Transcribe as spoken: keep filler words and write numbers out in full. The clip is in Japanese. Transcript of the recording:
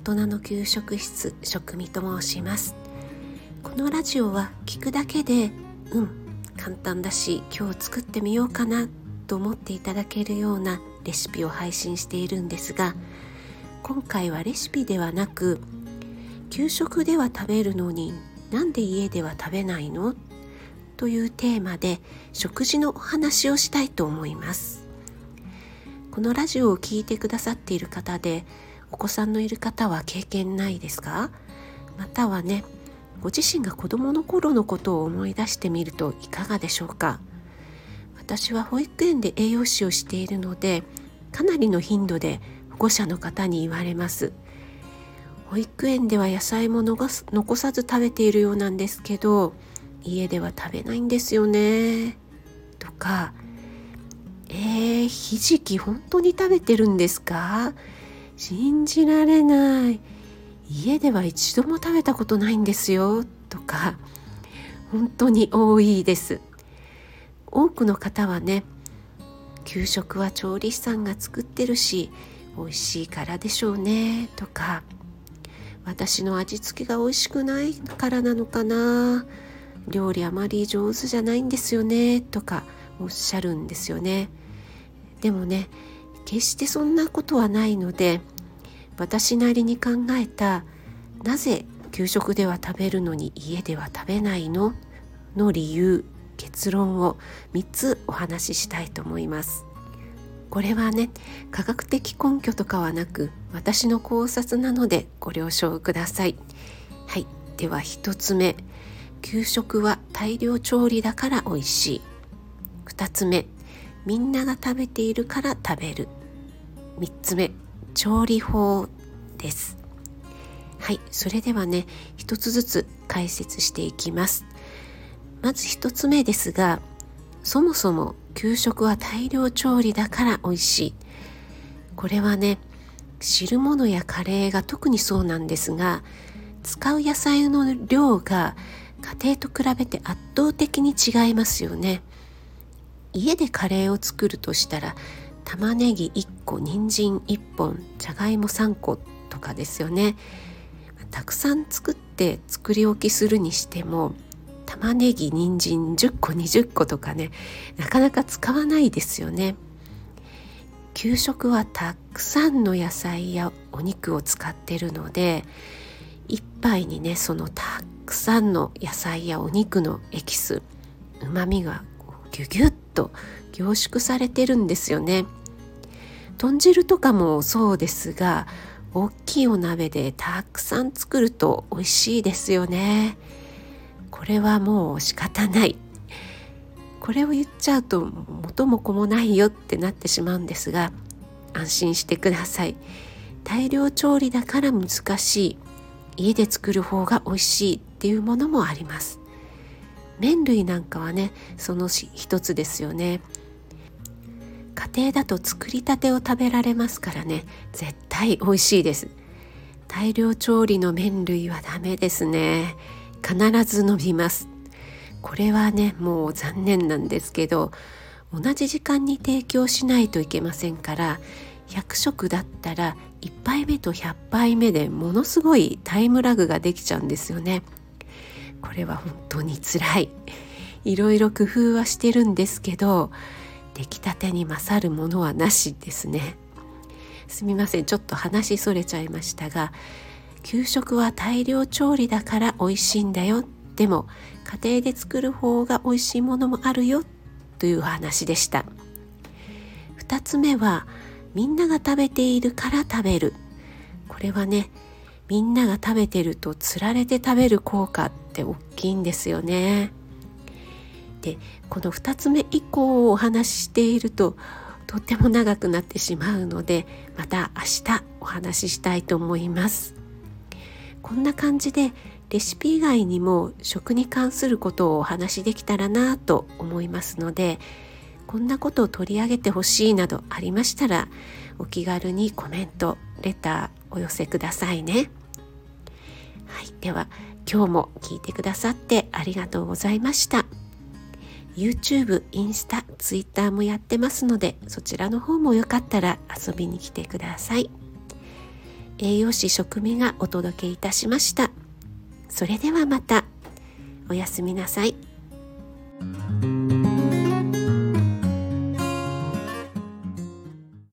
人の給食室食味と申します。このラジオは聞くだけでうん簡単だし今日作ってみようかなと思っていただけるようなレシピを配信しているんですが、今回はレシピではなく、給食では食べるのになんで家では食べないのというテーマで食事のお話をしたいと思います。このラジオを聞いてくださっている方でお子さんのいる方は経験ないですか？またはね、ご自身が子どもの頃のことを思い出してみるといかがでしょうか。私は保育園で栄養士をしているので、かなりの頻度で保護者の方に言われます。保育園では野菜も残す残さず食べているようなんですけど、家では食べないんですよねとか、えー、ひじき本当に食べてるんですか？信じられない。家では一度も食べたことないんですよとか、本当に多いです。多くの方はね、給食は調理師さんが作ってるし美味しいからでしょうねとか、私の味付けが美味しくないからなのかな、料理あまり上手じゃないんですよねとかおっしゃるんですよね。でもね、決してそんなことはないので、私なりに考えたなぜ給食では食べるのに家では食べないのの理由、結論をみっつお話ししたいと思います。これはね、科学的根拠とかはなく私の考察なのでご了承ください。はい、ではひとつめ、給食は大量調理だから美味しい。ふたつめ、みんなが食べているから食べる。みっつめ、調理法です。はい、それではね、一つずつ解説していきます。まず一つ目ですが、そもそも給食は大量調理だから美味しい。これはね、汁物やカレーが特にそうなんですが、使う野菜の量が家庭と比べて圧倒的に違いますよね。家でカレーを作るとしたら、玉ねぎいっこ、人参いっぽん、じゃがいもさんことかですよね。たくさん作って作り置きするにしても、玉ねぎ、人参じゅっこ、にじゅっことかね、なかなか使わないですよね。給食はたくさんの野菜やお肉を使っているので、一杯にね、そのたくさんの野菜やお肉のエキス、うまみがギュギュッと凝縮されてるんですよね。豚汁とかもそうですが、大きいお鍋でたくさん作ると美味しいですよね。これはもう仕方ない。これを言っちゃうと元も子もないよってなってしまうんですが、安心してください。大量調理だから難しい、家で作る方が美味しいっていうものもあります。麺類なんかはね、その一つですよね。家庭だと作りたてを食べられますからね、絶対美味しいです。大量調理の麺類はダメですね。必ず伸びます。これはね、もう残念なんですけど、同じ時間に提供しないといけませんから、ひゃく食だったらいち杯目とひゃく杯目でものすごいタイムラグができちゃうんですよね。これは本当につらい。いろいろ工夫はしてるんですけど、出来たてに勝るものはなしですね。すみません、ちょっと話それちゃいましたが、給食は大量調理だから美味しいんだよ。でも家庭で作る方が美味しいものもあるよというお話でした。ふたつめは、みんなが食べているから食べる。これはね、みんなが食べてるとつられて食べる効果って大きいんですよね。で、このふたつめ以降をお話ししているととっても長くなってしまうので、また明日お話ししたいと思います。こんな感じでレシピ以外にも食に関することをお話しできたらなと思いますので、こんなことを取り上げてほしいなどありましたら、お気軽にコメント、レターお寄せくださいね。はい、では今日も聞いてくださってありがとうございました。YouTube、インスタ、Twitter もやってますので、そちらの方もよかったら遊びに来てください。 栄養士食味がお届けいたしました。それではまた。おやすみなさい。